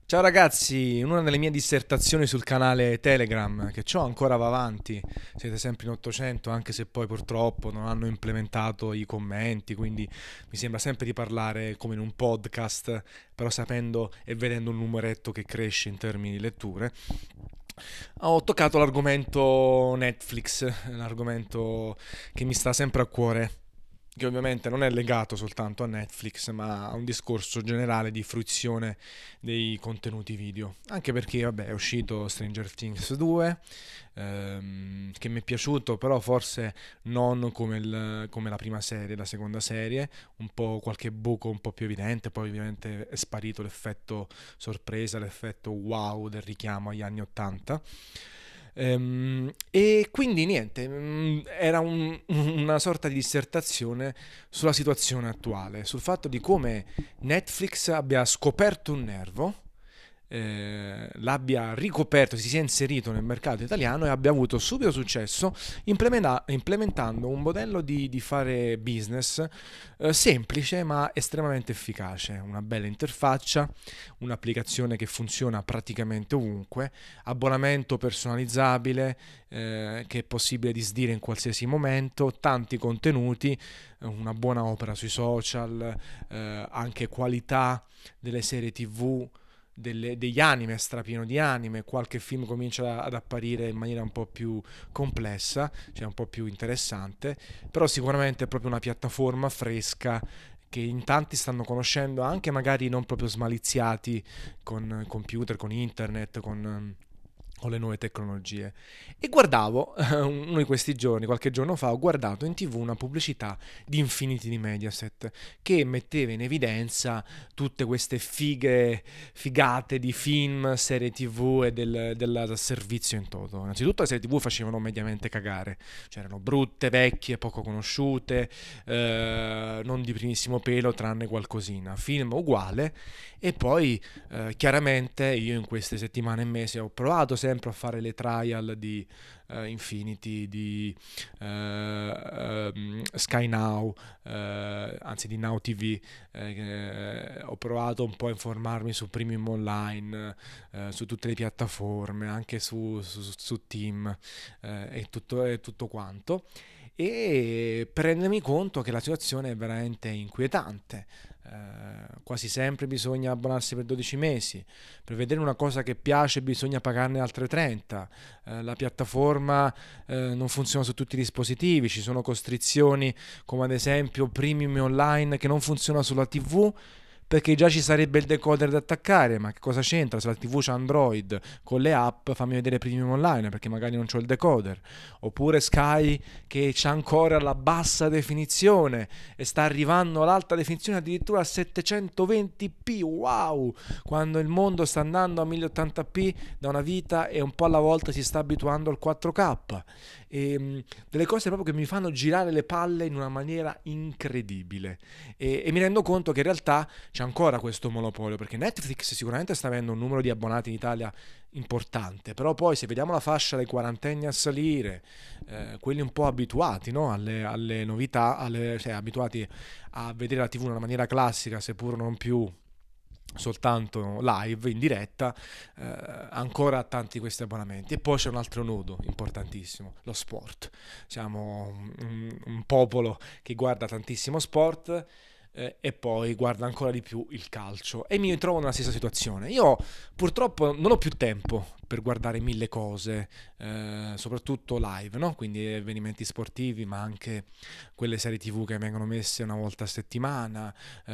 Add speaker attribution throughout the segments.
Speaker 1: Ciao ragazzi, in una delle mie dissertazioni sul canale Telegram, che ciò ancora va avanti, siete sempre in 800, anche se poi purtroppo non hanno implementato i commenti, quindi mi sembra sempre di parlare come in un podcast, però sapendo e vedendo un numeretto che cresce in termini di letture. Ho toccato l'argomento Netflix, l'argomento che mi sta sempre a cuore, che ovviamente non è legato soltanto a Netflix, ma a un discorso generale di fruizione dei contenuti video. Anche perché, vabbè, è uscito Stranger Things 2, che mi è piaciuto, però forse non come la prima serie, la seconda serie, un po' qualche buco un po' più evidente, poi ovviamente è sparito l'effetto sorpresa, l'effetto wow del richiamo agli anni 80. E quindi niente, era una sorta di dissertazione sulla situazione attuale, sul fatto di come Netflix abbia scoperto un nervo, l'abbia ricoperto, si sia inserito nel mercato italiano e abbia avuto subito successo implementando un modello di fare business semplice ma estremamente efficace, una bella interfaccia, un'applicazione che funziona praticamente ovunque, abbonamento personalizzabile che è possibile disdire in qualsiasi momento, tanti contenuti, una buona opera sui social, anche qualità delle serie TV, degli anime, strapieno di anime, qualche film comincia ad apparire in maniera un po' più complessa, cioè un po' più interessante, però sicuramente è proprio una piattaforma fresca che in tanti stanno conoscendo, anche magari non proprio smaliziati con computer, con internet, con le nuove tecnologie. E guardavo, uno di questi giorni, qualche giorno fa, ho guardato in TV una pubblicità di Infinity di Mediaset che metteva in evidenza tutte queste figate di film, serie TV e del servizio in toto. Innanzitutto le serie TV facevano mediamente cagare, cioè erano brutte, vecchie, poco conosciute, non di primissimo pelo tranne qualcosina. Film uguale. E poi chiaramente io in queste settimane e mesi ho provato sempre a fare le trial di Infinity, di Sky Now, anzi di Now TV. Ho provato un po' a informarmi su Premium Online, su tutte le piattaforme, anche su Team e tutto quanto. E per rendermi conto che la situazione è veramente inquietante. Quasi sempre bisogna abbonarsi per 12 mesi, per vedere una cosa che piace bisogna pagarne altre 30, la piattaforma non funziona su tutti i dispositivi, ci sono costrizioni come ad esempio Premium Online che non funziona sulla TV perché già ci sarebbe il decoder da attaccare, ma che cosa c'entra? Se la TV c'ha Android con le app, fammi vedere Premium Online perché magari non c'ho il decoder. Oppure Sky che c'ha ancora la bassa definizione e sta arrivando all'alta definizione addirittura a 720p, wow! Quando il mondo sta andando a 1080p da una vita e un po' alla volta si sta abituando al 4K. Delle cose proprio che mi fanno girare le palle in una maniera incredibile e mi rendo conto che in realtà c'è ancora questo monopolio perché Netflix sicuramente sta avendo un numero di abbonati in Italia importante, però poi se vediamo la fascia dei quarantenni a salire, quelli un po' abituati, no? alle novità, cioè abituati a vedere la TV in una maniera classica seppur non più soltanto live in diretta, ancora tanti di questi abbonamenti. E poi c'è un altro nodo importantissimo, lo sport. Siamo un popolo che guarda tantissimo sport, e poi guarda ancora di più il calcio e mi trovo nella stessa situazione. Io purtroppo non ho più tempo per guardare mille cose, soprattutto live, no? Quindi avvenimenti sportivi, ma anche quelle serie TV che vengono messe una volta a settimana,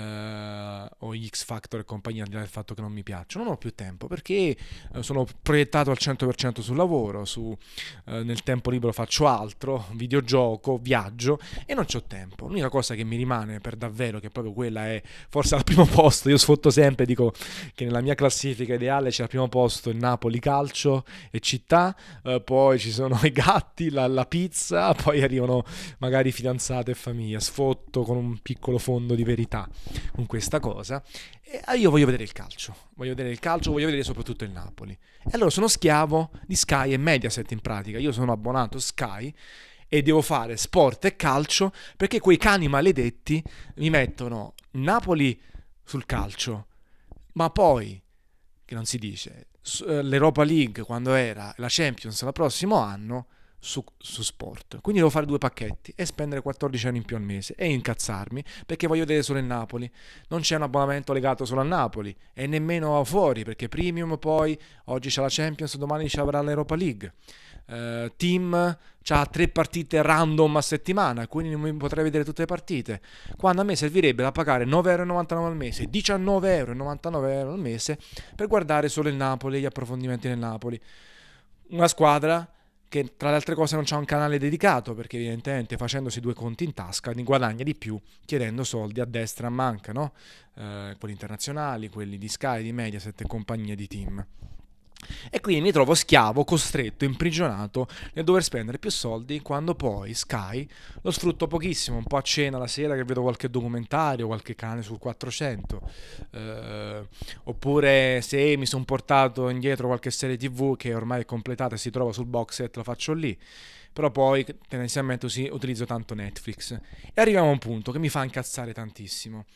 Speaker 1: o X Factor e compagnia, al di là del fatto che non mi piacciono. Non ho più tempo perché sono proiettato al 100% sul lavoro, nel tempo libero faccio altro, videogioco, viaggio e non c'ho tempo. L'unica cosa che mi rimane per davvero, che proprio quella è forse al primo posto, io sfotto sempre, dico che nella mia classifica ideale c'è al primo posto il Napoli calcio e città, poi ci sono i gatti, la pizza, poi arrivano magari fidanzate e famiglia. Sfotto con un piccolo fondo di verità con questa cosa. E io voglio vedere il calcio, voglio vedere soprattutto il Napoli. E allora sono schiavo di Sky e Mediaset in pratica. Io sono abbonato Sky e devo fare sport e calcio perché quei cani maledetti mi mettono Napoli sul calcio, ma poi che non si dice, l'Europa League quando era, la Champions il prossimo anno su sport. Quindi devo fare 2 pacchetti e spendere 14 euro in più al mese e incazzarmi perché voglio vedere solo il Napoli. Non c'è un abbonamento legato solo al Napoli e nemmeno fuori, perché Premium poi oggi c'è la Champions, domani ci avrà l'Europa League. Team c'ha 3 partite random a settimana, quindi non mi potrei vedere tutte le partite, quando a me servirebbe da pagare 9,99 euro al mese, 19,99 euro al mese per guardare solo il Napoli e gli approfondimenti del Napoli, una squadra che tra le altre cose non c'ha un canale dedicato, perché evidentemente facendosi 2 conti in tasca ne guadagna di più chiedendo soldi a destra a manca, no? Quelli internazionali, quelli di Sky, di Mediaset e compagnia di team. E quindi mi trovo schiavo, costretto, imprigionato nel dover spendere più soldi, quando poi Sky lo sfrutto pochissimo, un po' a cena la sera che vedo qualche documentario, qualche canale sul 400, oppure se mi sono portato indietro qualche serie TV che ormai è completata e si trova sul box set, lo faccio lì. Però poi tendenzialmente utilizzo tanto Netflix. E arriviamo a un punto che mi fa incazzare tantissimo.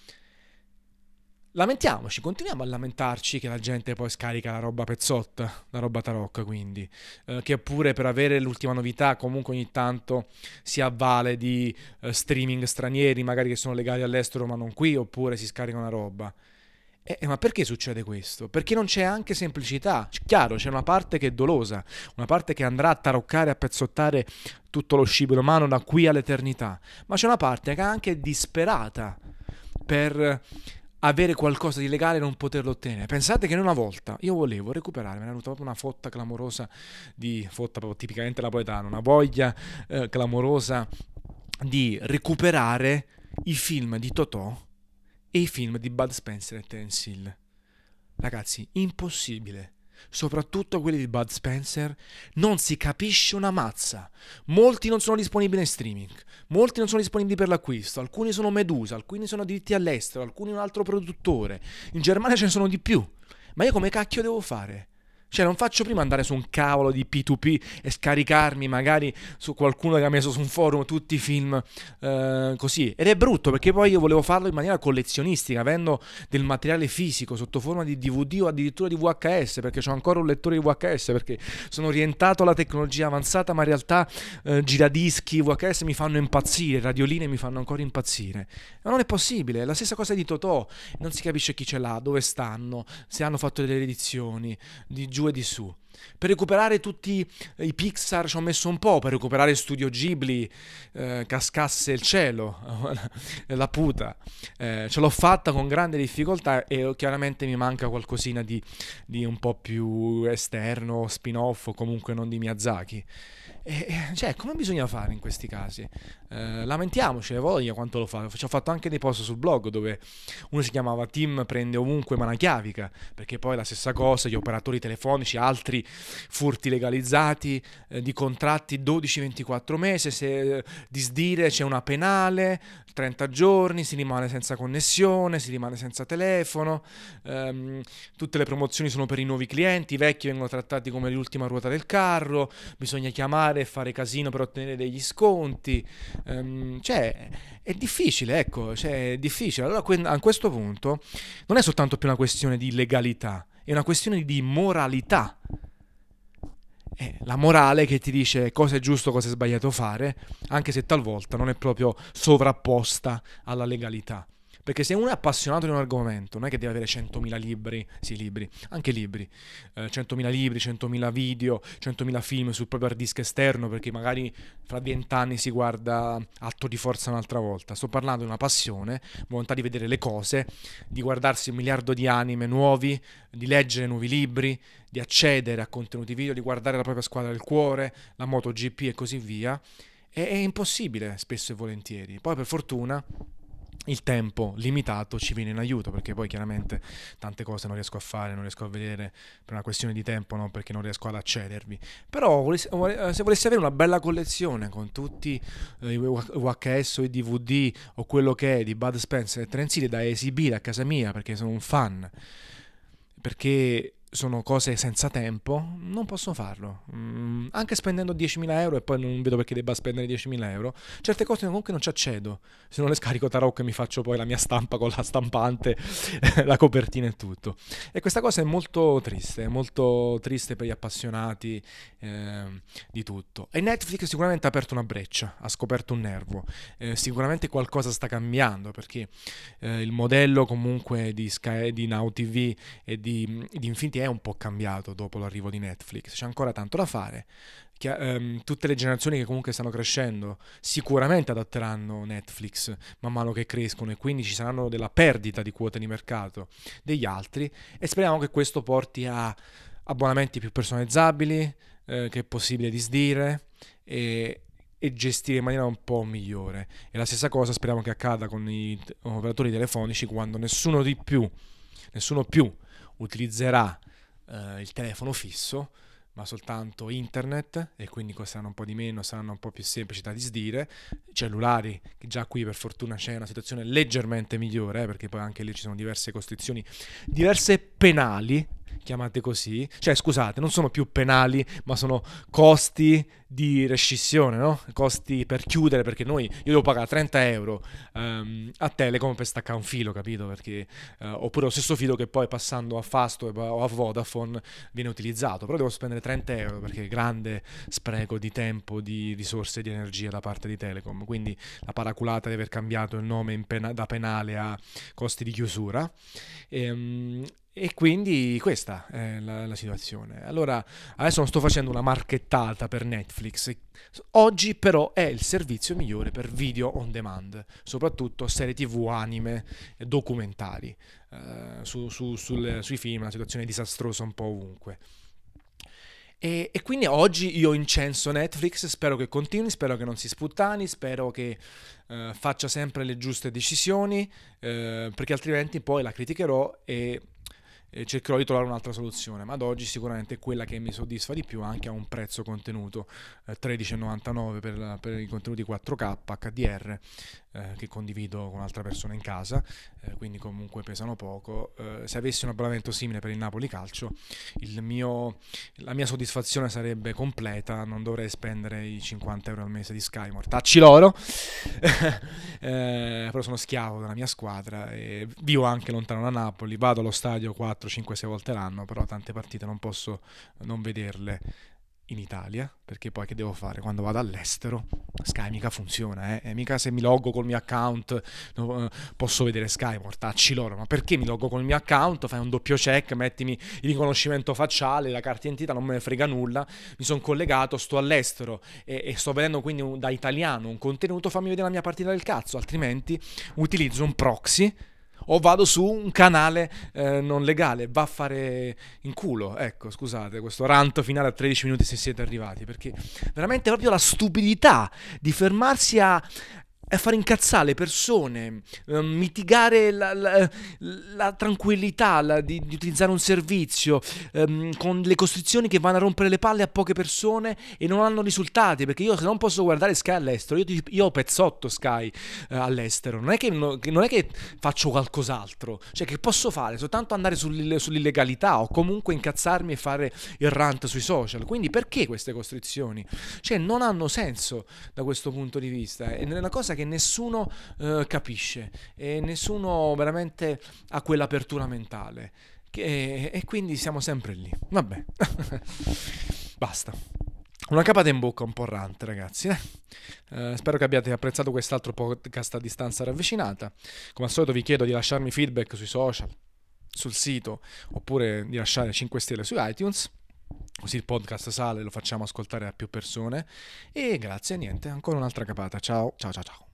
Speaker 1: Lamentiamoci, continuiamo a lamentarci che la gente poi scarica la roba pezzotta, la roba tarocca, quindi che pure per avere l'ultima novità comunque ogni tanto si avvale di streaming stranieri magari che sono legali all'estero ma non qui, oppure si scarica una roba. Ma perché succede questo? Perché non c'è anche semplicità. Chiaro, c'è una parte che è dolosa, una parte che andrà a taroccare, a pezzottare tutto lo scibile umano da qui all'eternità, ma c'è una parte che è anche disperata per avere qualcosa di legale e non poterlo ottenere. Pensate che una volta io volevo recuperare, mi era venuta proprio una fotta clamorosa fotta proprio tipicamente napoletana, una voglia clamorosa di recuperare i film di Totò e i film di Bud Spencer e Terence Hill. Ragazzi, impossibile. Soprattutto quelli di Bud Spencer, non si capisce una mazza. Molti non sono disponibili in streaming, molti non sono disponibili per l'acquisto, alcuni sono Medusa, alcuni sono diritti all'estero, alcuni un altro produttore. In Germania ce ne sono di più. Ma io come cacchio devo fare? Cioè non faccio prima andare su un cavolo di P2P e scaricarmi magari su qualcuno che ha messo su un forum tutti i film così. Ed è brutto perché poi io volevo farlo in maniera collezionistica, avendo del materiale fisico sotto forma di DVD o addirittura di VHS, perché ho ancora un lettore di VHS, perché sono orientato alla tecnologia avanzata, ma in realtà giradischi, VHS mi fanno impazzire, radioline mi fanno ancora impazzire. Ma non è possibile, è la stessa cosa di Totò, non si capisce chi ce l'ha, dove stanno, se hanno fatto delle edizioni, di giù e di su. Per recuperare tutti i Pixar ci ho messo un po', per recuperare Studio Ghibli, cascasse il cielo, la puta. Ce l'ho fatta con grande difficoltà e chiaramente mi manca qualcosina di un po' più esterno, spin-off o comunque non di Miyazaki. Cioè, come bisogna fare in questi casi? Lamentiamoci, voglia quanto lo fa. Ci ho fatto anche dei post sul blog dove uno si chiamava Team prende ovunque ma una chiavica, perché poi la stessa cosa, gli operatori telefonici, altri furti legalizzati, di contratti 12-24 mesi, se disdire c'è una penale, 30 giorni, si rimane senza connessione, si rimane senza telefono, tutte le promozioni sono per i nuovi clienti, i vecchi vengono trattati come l'ultima ruota del carro, bisogna chiamare e fare casino per ottenere degli sconti, cioè è difficile, ecco, cioè è difficile. Allora a questo punto non è soltanto più una questione di legalità, è una questione di moralità. È la morale che ti dice cosa è giusto, cosa è sbagliato fare, anche se talvolta non è proprio sovrapposta alla legalità. Perché se uno è appassionato di un argomento, non è che deve avere 100.000 libri, sì, libri, anche libri, 100.000 libri, 100.000 video, 100.000 film sul proprio hard disk esterno, perché magari fra 20 anni si guarda Atto di forza un'altra volta. Sto parlando di una passione, volontà di vedere le cose, di guardarsi 1 miliardo di anime nuovi, di leggere nuovi libri, di accedere a contenuti video, di guardare la propria squadra del cuore, la MotoGP e così via. È impossibile spesso e volentieri. Poi per fortuna il tempo limitato ci viene in aiuto, perché poi chiaramente tante cose non riesco a fare, non riesco a vedere per una questione di tempo, non perché non riesco ad accedervi. Però se volessi avere una bella collezione con tutti i VHS o i DVD o quello che è di Bud Spencer e Terence Hill da esibire a casa mia, perché sono un fan, perché sono cose senza tempo, non posso farlo. Anche spendendo 10.000 euro, e poi non vedo perché debba spendere 10.000 euro. Certe cose comunque non ci accedo. Se non le scarico Tarocco e mi faccio poi la mia stampa con la stampante, la copertina e tutto. E questa cosa è molto triste per gli appassionati di tutto. E Netflix sicuramente ha aperto una breccia, ha scoperto un nervo. Sicuramente qualcosa sta cambiando, perché il modello comunque di Sky, di Now TV e di Infinity è un po' cambiato dopo l'arrivo di Netflix. C'è ancora tanto da fare. Tutte le generazioni che comunque stanno crescendo sicuramente adatteranno Netflix man mano che crescono, e quindi ci saranno della perdita di quote di mercato degli altri, e speriamo che questo porti a abbonamenti più personalizzabili, che è possibile disdire e gestire in maniera un po' migliore. E la stessa cosa speriamo che accada con i operatori telefonici, quando nessuno più utilizzerà il telefono fisso, ma soltanto internet, e quindi costeranno un po' di meno, saranno un po' più semplici da disdire. Cellulari, che già qui per fortuna c'è una situazione leggermente migliore, perché poi anche lì ci sono diverse costrizioni, diverse penali, chiamate così, cioè scusate, non sono più penali, ma sono costi di rescissione, no? Costi per chiudere, perché io devo pagare 30 euro a Telecom per staccare un filo, capito? Perché, oppure lo stesso filo che poi passando a Fastweb o a Vodafone viene utilizzato, però devo spendere 30 euro perché è grande spreco di tempo, di risorse e di energia da parte di Telecom. Quindi la paraculata di aver cambiato il nome da penale a costi di chiusura. E quindi questa è la situazione. Allora, adesso non sto facendo una marchettata per Netflix. Oggi però è il servizio migliore per video on demand, soprattutto serie TV, anime, documentari. Sui film la situazione è disastrosa un po' ovunque. E quindi oggi io incenso Netflix, spero che continui, spero che non si sputtani, spero che faccia sempre le giuste decisioni, perché altrimenti poi la criticherò e cercherò di trovare un'altra soluzione, ma ad oggi sicuramente è quella che mi soddisfa di più, anche a un prezzo contenuto, 13,99 per i contenuti 4K HDR, che condivido con un'altra persona in casa, quindi comunque pesano poco. Se avessi un abbonamento simile per il Napoli Calcio, la mia soddisfazione sarebbe completa, non dovrei spendere i 50 euro al mese di Sky, mortacci loro. Però sono schiavo della mia squadra e vivo anche lontano da Napoli, vado allo stadio 4, 5, 6 volte l'anno, però tante partite non posso non vederle in Italia, perché poi che devo fare? Quando vado all'estero Sky mica funziona, e mica se mi loggo col mio account posso vedere Sky, mortacci loro. Ma perché mi loggo col mio account, fai un doppio check, mettimi il riconoscimento facciale, la carta d'identità, non me ne frega nulla, mi sono collegato, sto all'estero e sto vedendo quindi da italiano un contenuto, fammi vedere la mia partita del cazzo, altrimenti utilizzo un proxy o vado su un canale non legale, va a fare in culo. Ecco, scusate, questo rant finale a 13 minuti se siete arrivati, perché veramente proprio la stupidità di fermarsi a far incazzare le persone, mitigare la tranquillità di utilizzare un servizio, con le costrizioni che vanno a rompere le palle a poche persone e non hanno risultati, perché io se non posso guardare Sky all'estero, io ho pezzotto Sky all'estero, non è che faccio qualcos'altro, cioè che posso fare? Soltanto andare sull'illegalità o comunque incazzarmi e fare il rant sui social. Quindi perché queste costrizioni? Cioè non hanno senso da questo punto di vista, è una cosa che nessuno capisce e nessuno veramente ha quell'apertura mentale, e quindi siamo sempre lì. Vabbè. Basta, una capata in bocca un po' rante, ragazzi. Spero che abbiate apprezzato quest'altro podcast a distanza ravvicinata. Come al solito vi chiedo di lasciarmi feedback sui social, sul sito, oppure di lasciare 5 stelle su iTunes, così il podcast sale e lo facciamo ascoltare a più persone. E grazie, niente, ancora un'altra capata. Ciao, ciao, ciao, ciao.